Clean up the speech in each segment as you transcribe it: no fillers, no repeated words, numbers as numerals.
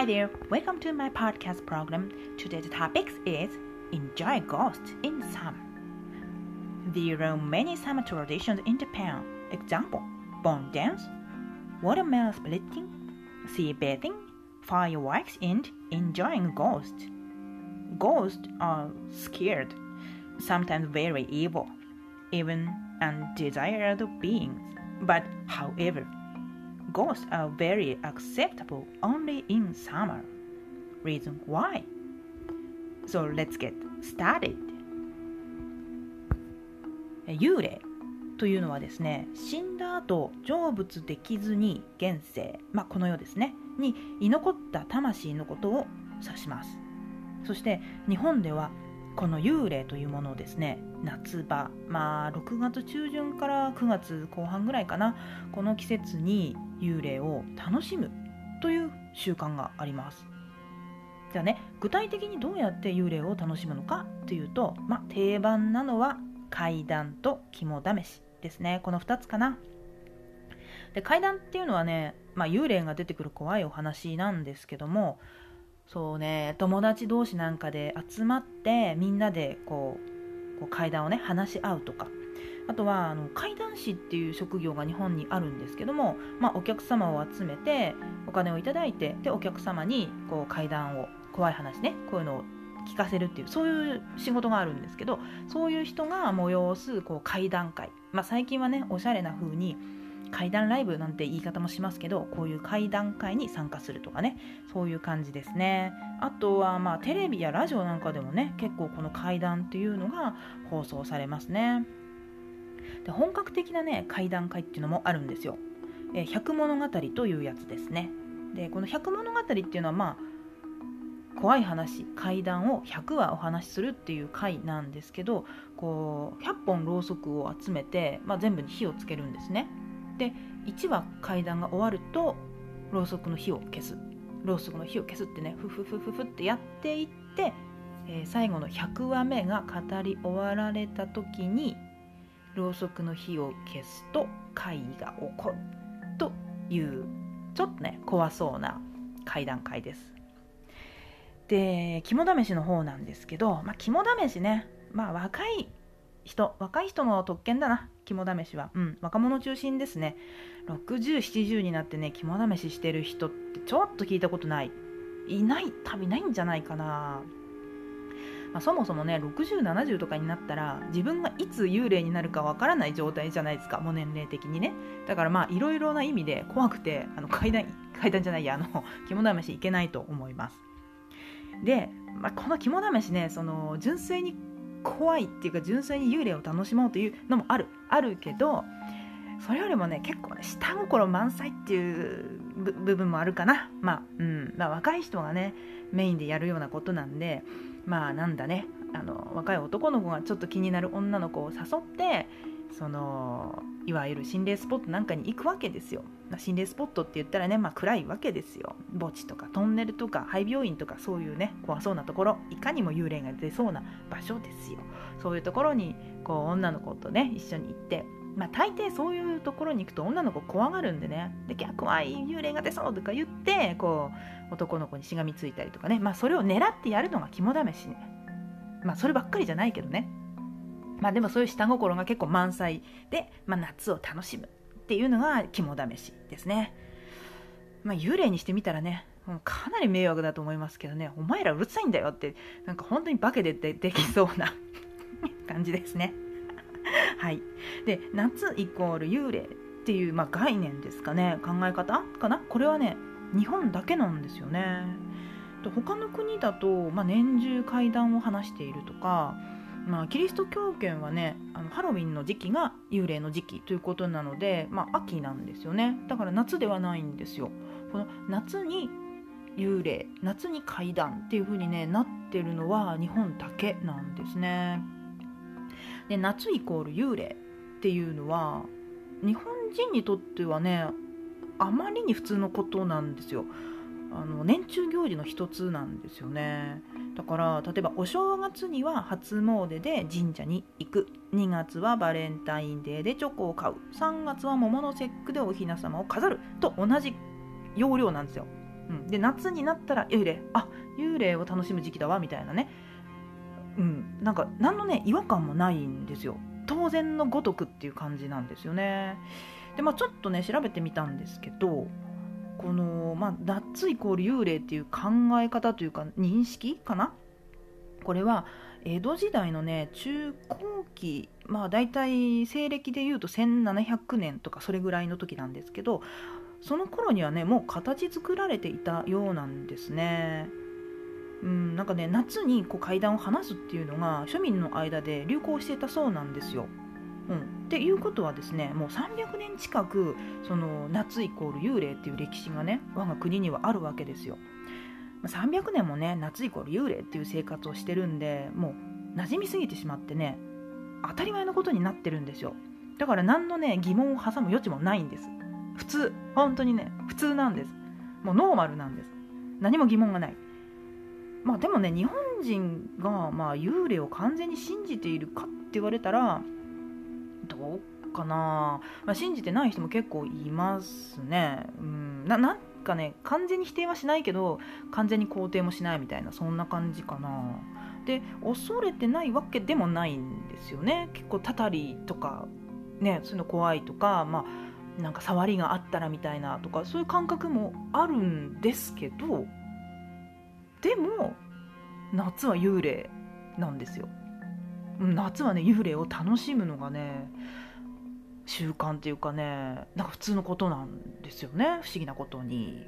Hi there, welcome to my podcast program. Today's topic is Enjoy Ghosts in Summer. There are many summer traditions in Japan. Example, Bon dance, watermelon splitting, sea bathing, fireworks, and enjoying ghosts. Ghosts are scared, sometimes very evil, even undesired beings. But however, ghosts are very acceptable only in summer. Reason why? So let's get started. 幽霊というのはですね、死んだ後成仏できずに現世、この世ですねに居残った魂のことを指します。そして日本ではこの幽霊というものをですね、夏場、6月中旬から9月後半ぐらいかな、この季節に幽霊を楽しむという習慣があります。じゃあね、具体的にどうやって幽霊を楽しむのかというと、定番なのは怪談と肝試しですね。この2つかな。で、怪談っていうのはね、幽霊が出てくる怖いお話なんですけども、そうね、友達同士なんかで集まってみんなでこう怪談をね話し合うとか、あとは怪談師っていう職業が日本にあるんですけども、お客様を集めてお金をいただいて、でお客様に怪談を、怖い話ね、こういうのを聞かせるっていう、そういう仕事があるんですけど、そういう人が催す怪談会、最近はねおしゃれな風に怪談ライブなんて言い方もしますけど、こういう怪談会に参加するとかね、そういう感じですね。あとはテレビやラジオなんかでもね、結構この怪談っていうのが放送されますね。で、本格的なね怪談会っていうのもあるんですよ。百物語というやつですね。で、この百物語っていうのは怖い話、怪談を100話お話しするっていう回なんですけど、100本ろうそくを集めて、全部に火をつけるんですね。で、1話怪談が終わるとろうそくの火を消す、ろうそくの火を消すってね、フフフフフってやっていって、最後の100話目が語り終わられた時にろうそくの火を消すと怪異が起こるという、ちょっとね怖そうな怪談会です。で、肝試しの方なんですけど、肝試しね、若い人の特権だな、肝試しは。若者中心ですね。60、70になってね肝試ししてる人ってちょっと聞いたことない、多分いないんじゃないかな。そもそもね60、70とかになったら自分がいつ幽霊になるかわからない状態じゃないですか、もう年齢的にね。だからいろいろな意味で怖くて怪談じゃないや、肝試しいけないと思います。で、この肝試しね、純粋に怖いっていうか純粋に幽霊を楽しもうというのもあるけど、それよりもね結構ね下心満載っていう部分もあるかな。若い人がねメインでやるようなことなんで、なんだね、若い男の子がちょっと気になる女の子を誘って、いわゆる心霊スポットなんかに行くわけですよ。心霊スポットって言ったらね、暗いわけですよ。墓地とかトンネルとか廃病院とか、そういうね怖そうなところ、いかにも幽霊が出そうな場所ですよ。そういうところに女の子とね一緒に行って、大抵そういうところに行くと女の子怖がるんでね、で怖い幽霊が出そうとか言って男の子にしがみついたりとかね、それを狙ってやるのが肝試しね。そればっかりじゃないけどね。でもそういう下心が結構満載で、夏を楽しむっていうのが肝試しですね。幽霊にしてみたらね、かなり迷惑だと思いますけどね、お前らうるさいんだよって、なんか本当に化けでできそうな感じですね。はい。で、夏イコール幽霊っていう概念ですかね、考え方かな。これはね日本だけなんですよね。他の国だと、年中怪談を話しているとか、キリスト教圏はねハロウィンの時期が幽霊の時期ということなので、秋なんですよね。だから夏ではないんですよ。この夏に幽霊、夏に怪談っていう風にねなってるのは日本だけなんですね。で、夏イコール幽霊っていうのは日本人にとってはねあまりに普通のことなんですよ。年中行事の一つなんですよね。だから例えばお正月には初詣で神社に行く、2月はバレンタインデーでチョコを買う、3月は桃の節句でお雛様を飾ると同じ要領なんですよ。 で夏になったら幽霊を楽しむ時期だわみたいなね、なんか何のね違和感もないんですよ。当然のごとくっていう感じなんですよね。でちょっとね調べてみたんですけど、この、夏イコール幽霊っていう考え方というか認識かな、これは江戸時代のね中後期、だいたい西暦でいうと1700年とかそれぐらいの時なんですけど、その頃にはねもう形作られていたようなんですね。なんかね夏に怪談を話すっていうのが庶民の間で流行していたそうなんですよ。っていうことはですね、もう300年近くその夏イコール幽霊っていう歴史がね我が国にはあるわけですよ。300年もね夏イコール幽霊っていう生活をしてるんで、もう馴染みすぎてしまってね当たり前のことになってるんですよ。だから何のね疑問を挟む余地もないんです。普通、本当にね普通なんです。もうノーマルなんです。何も疑問がない。でもね日本人が幽霊を完全に信じているかって言われたらどうかな、信じてない人も結構いますね。なんかね完全に否定はしないけど完全に肯定もしないみたいな、そんな感じかな。で恐れてないわけでもないんですよね。結構たたりとかねそういうの怖いとか、なんか触りがあったらみたいなとかそういう感覚もあるんですけど、でも夏は幽霊なんですよ。夏はね幽霊を楽しむのがね習慣っていうかね、なんか普通のことなんですよね、不思議なことに。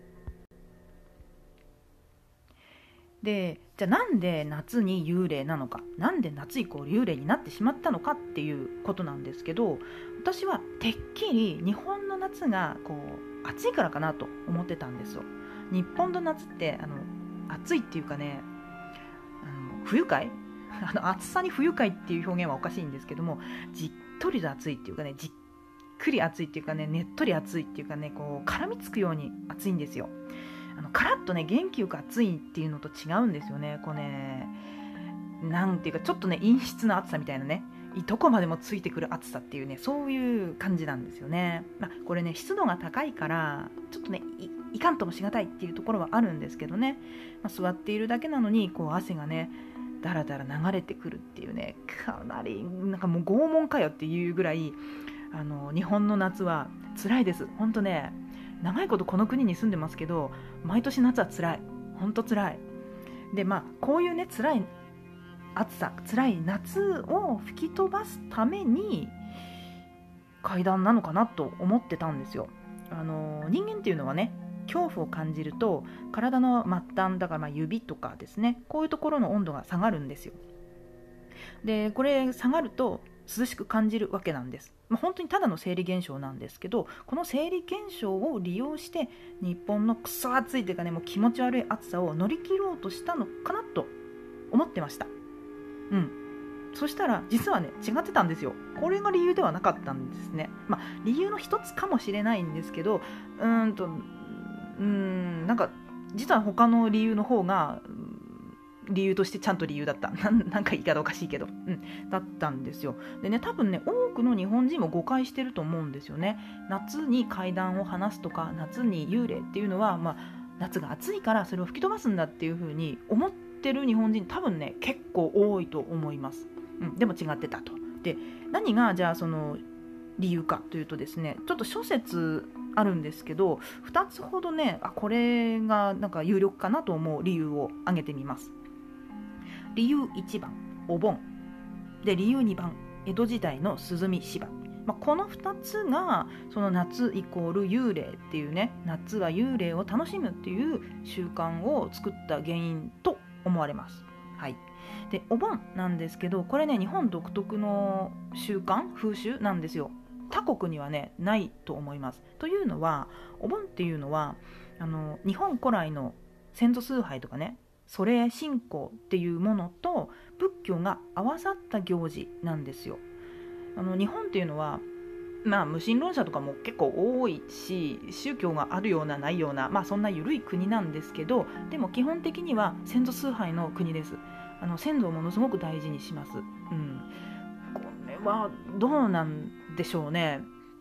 でじゃあなんで夏に幽霊なのか、なんで夏イコール幽霊になってしまったのかっていうことなんですけど、私はてっきり日本の夏が暑いからかなと思ってたんですよ。日本の夏って暑いっていうかね、不愉快暑さに不愉快っていう表現はおかしいんですけども、じっとりと暑いっていうかね、じっくり暑いっていうかね、ねっとり暑いっていうかね、絡みつくように暑いんですよ。カラッとね元気よく暑いっていうのと違うんですよね。なんていうかちょっとね陰湿な暑さみたいなね、どこまでもついてくる暑さっていうね、そういう感じなんですよね。これね湿度が高いからちょっとね いかんともしがたいっていうところはあるんですけどね、座っているだけなのに汗がねだらだら流れてくるっていうね、かなりなんかもう拷問かよっていうぐらい日本の夏は辛いです。ほんとね長いことこの国に住んでますけど毎年夏は辛い、ほんと辛い。でこういうね辛い暑さ、辛い夏を吹き飛ばすために怪談なのかなと思ってたんですよ。人間っていうのはね恐怖を感じると体の末端だから指とかですね、こういうところの温度が下がるんですよ。でこれ下がると涼しく感じるわけなんです。本当にただの生理現象なんですけど、この生理現象を利用して日本のクソ暑いというかねもう気持ち悪い暑さを乗り切ろうとしたのかなと思ってました。そしたら実はね違ってたんですよ。これが理由ではなかったんですね。理由の一つかもしれないんですけど、なんか実は他の理由の方が理由としてちゃんと理由だった。なんか言い方おかしいけど、だったんですよ。でね、多分ね多くの日本人も誤解してると思うんですよね。夏に怪談を話すとか夏に幽霊っていうのは、夏が暑いからそれを吹き飛ばすんだっていう風に思ってる日本人多分ね結構多いと思います。でも違ってたと。で何がじゃあその理由かというとですね、ちょっと諸説あるんですけど2つほどねこれがなんか有力かなと思う理由を挙げてみます。理由1番お盆で、理由2番江戸時代の涼芝居、この2つがその夏イコール幽霊っていうね、夏は幽霊を楽しむっていう習慣を作った原因と思われます。でお盆なんですけど、これね日本独特の習慣風習なんですよ。他国にはねないと思います。というのはお盆っていうのは日本古来の先祖崇拝とかね祖霊信仰っていうものと仏教が合わさった行事なんですよ。日本っていうのは無神論者とかも結構多いし宗教があるようなないような、そんな緩い国なんですけど、でも基本的には先祖崇拝の国です。先祖をものすごく大事にします。これはどうなんでしょうね。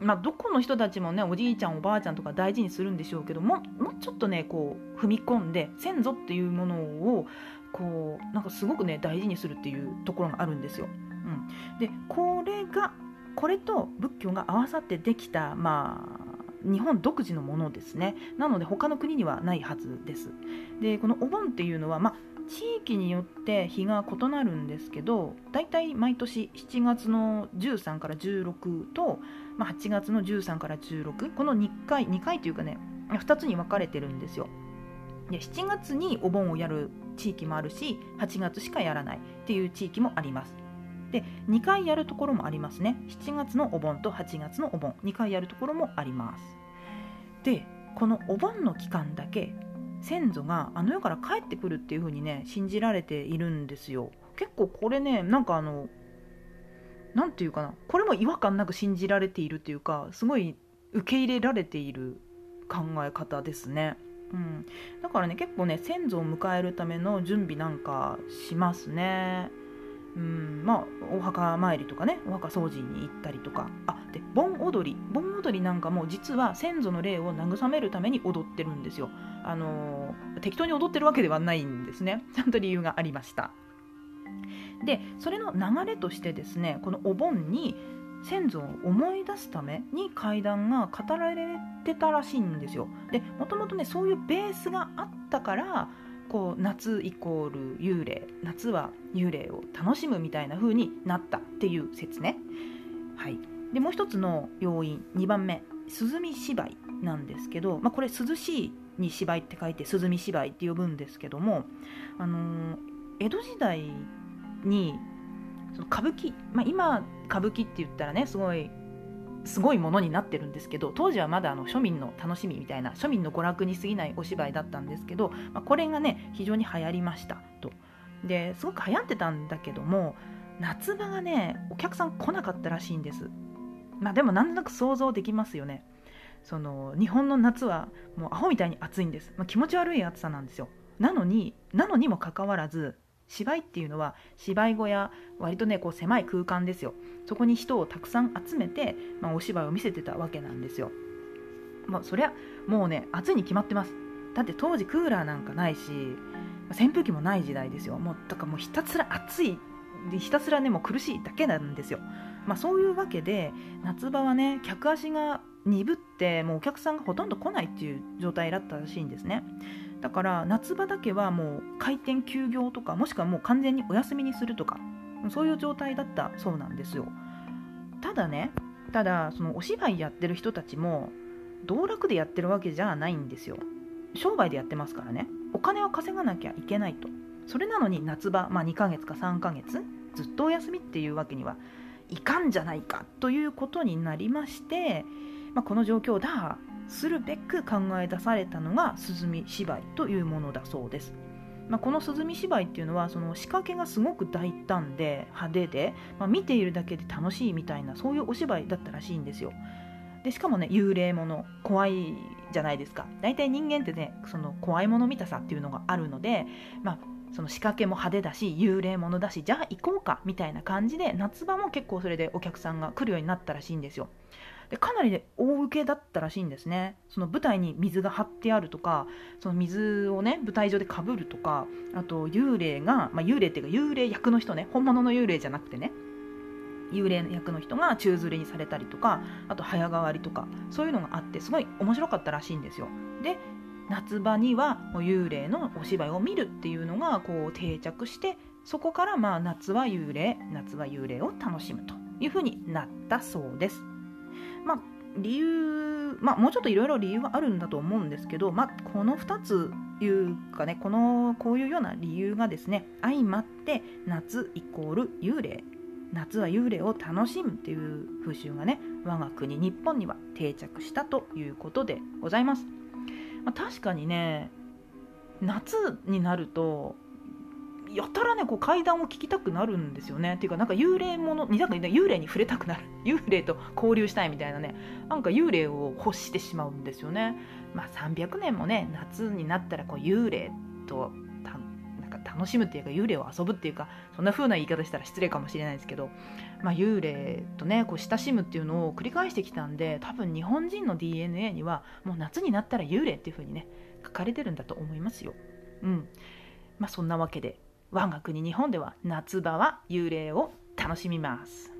どこの人たちもねおじいちゃんおばあちゃんとか大事にするんでしょうけどもうちょっとねこう踏み込んで先祖っていうものをこうなんかすごくね大事にするっていうところがあるんですよ。でこれと仏教が合わさってできた日本独自のものですね。なので他の国にはないはずです。でこのお盆っていうのは地域によって日が異なるんですけど、だいたい毎年7月の13から16と、8月の13から16、この2回というかね2つに分かれてるんですよ。で7月にお盆をやる地域もあるし、8月しかやらないっていう地域もあります。で2回やるところもありますね。7月のお盆と8月のお盆、2回やるところもあります。でこのお盆の期間だけ先祖があの世から帰ってくるっていう風にね信じられているんですよ。結構これねなんていうかな、これも違和感なく信じられているっていうか、すごい受け入れられている考え方ですね。だからね結構ね先祖を迎えるための準備なんかしますね。お墓参りとかね、お墓掃除に行ったりとか、で盆踊りなんかも実は先祖の霊を慰めるために踊ってるんですよ。適当に踊ってるわけではないんですね。ちゃんと理由がありました。でそれの流れとしてですね、このお盆に先祖を思い出すために怪談が語られてたらしいんですよ。でもともとねそういうベースがあったからこう夏イコール幽霊、夏は幽霊を楽しむみたいな風になったっていう説ね。でもう一つの要因、2番目、涼芝居なんですけど、これ涼しいに芝居って書いて涼芝居って呼ぶんですけども、江戸時代にその歌舞伎、今歌舞伎って言ったらねすごいものになってるんですけど、当時はまだ庶民の楽しみみたいな、庶民の娯楽に過ぎないお芝居だったんですけど、これがね非常に流行りましたと。ですごく流行ってたんだけども、夏場がねお客さん来なかったらしいんです。でもなんとなく想像できますよね。その日本の夏はもうアホみたいに暑いんです。気持ち悪い暑さなんですよ。なのにもかかわらず、芝居っていうのは芝居小屋、割とねこう狭い空間ですよ。そこに人をたくさん集めて、お芝居を見せてたわけなんですよ。そりゃもうね暑いに決まってます。だって当時クーラーなんかないし扇風機もない時代ですよ。だからもうひたすら暑いで、ひたすらねもう苦しいだけなんですよ。そういうわけで夏場はね客足が鈍ってもうお客さんがほとんど来ないっていう状態だったらしいんですね。だから夏場だけはもう開店休業とか、もしくはもう完全にお休みにするとか、そういう状態だったそうなんですよ。ただそのお芝居やってる人たちも道楽でやってるわけじゃないんですよ。商売でやってますからね、お金を稼がなきゃいけないと。それなのに夏場、2ヶ月か3ヶ月ずっとお休みっていうわけにはいかんじゃないかということになりまして、この状況を打破するべく考え出されたのが涼芝居というものだそうです。この涼芝居っていうのはその仕掛けがすごく大胆で派手で、見ているだけで楽しいみたいな、そういうお芝居だったらしいんですよ。でしかもね幽霊もの怖いじゃないですか。大体人間ってねその怖いもの見たさっていうのがあるので、その仕掛けも派手だし幽霊ものだし、じゃあ行こうかみたいな感じで夏場も結構それでお客さんが来るようになったらしいんですよ。でかなりで大受けだったらしいんですね。その舞台に水が張ってあるとか、その水をね舞台上でかぶるとか、あと幽霊が、幽霊っていうか幽霊役の人ね、本物の幽霊じゃなくてね幽霊役の人が宙吊りにされたりとか、あと早変わりとか、そういうのがあってすごい面白かったらしいんですよ。で夏場にはもう幽霊のお芝居を見るっていうのがこう定着して、そこから夏は幽霊を楽しむというふうになったそうです。理由、もうちょっといろいろ理由はあるんだと思うんですけど、この2ついうかね、こういうような理由がですね相まって、夏イコール幽霊、夏は幽霊を楽しむっていう風習がね我が国日本には定着したということでございます。確かにね夏になるとやたらねこう怪談を聞きたくなるんですよね。っていうかなんか幽霊ものに幽霊に触れたくなる、幽霊と交流したいみたいなね、なんか幽霊を欲してしまうんですよね。300年もね夏になったらこう幽霊となんか楽しむっていうか幽霊を遊ぶっていうか、そんな風な言い方したら失礼かもしれないですけど、 幽霊とねこう親しむっていうのを繰り返してきたんで、多分日本人の DNA にはもう夏になったら幽霊っていう風にね書かれてるんだと思いますよ。そんなわけで我が国日本では夏場は幽霊を楽しみます。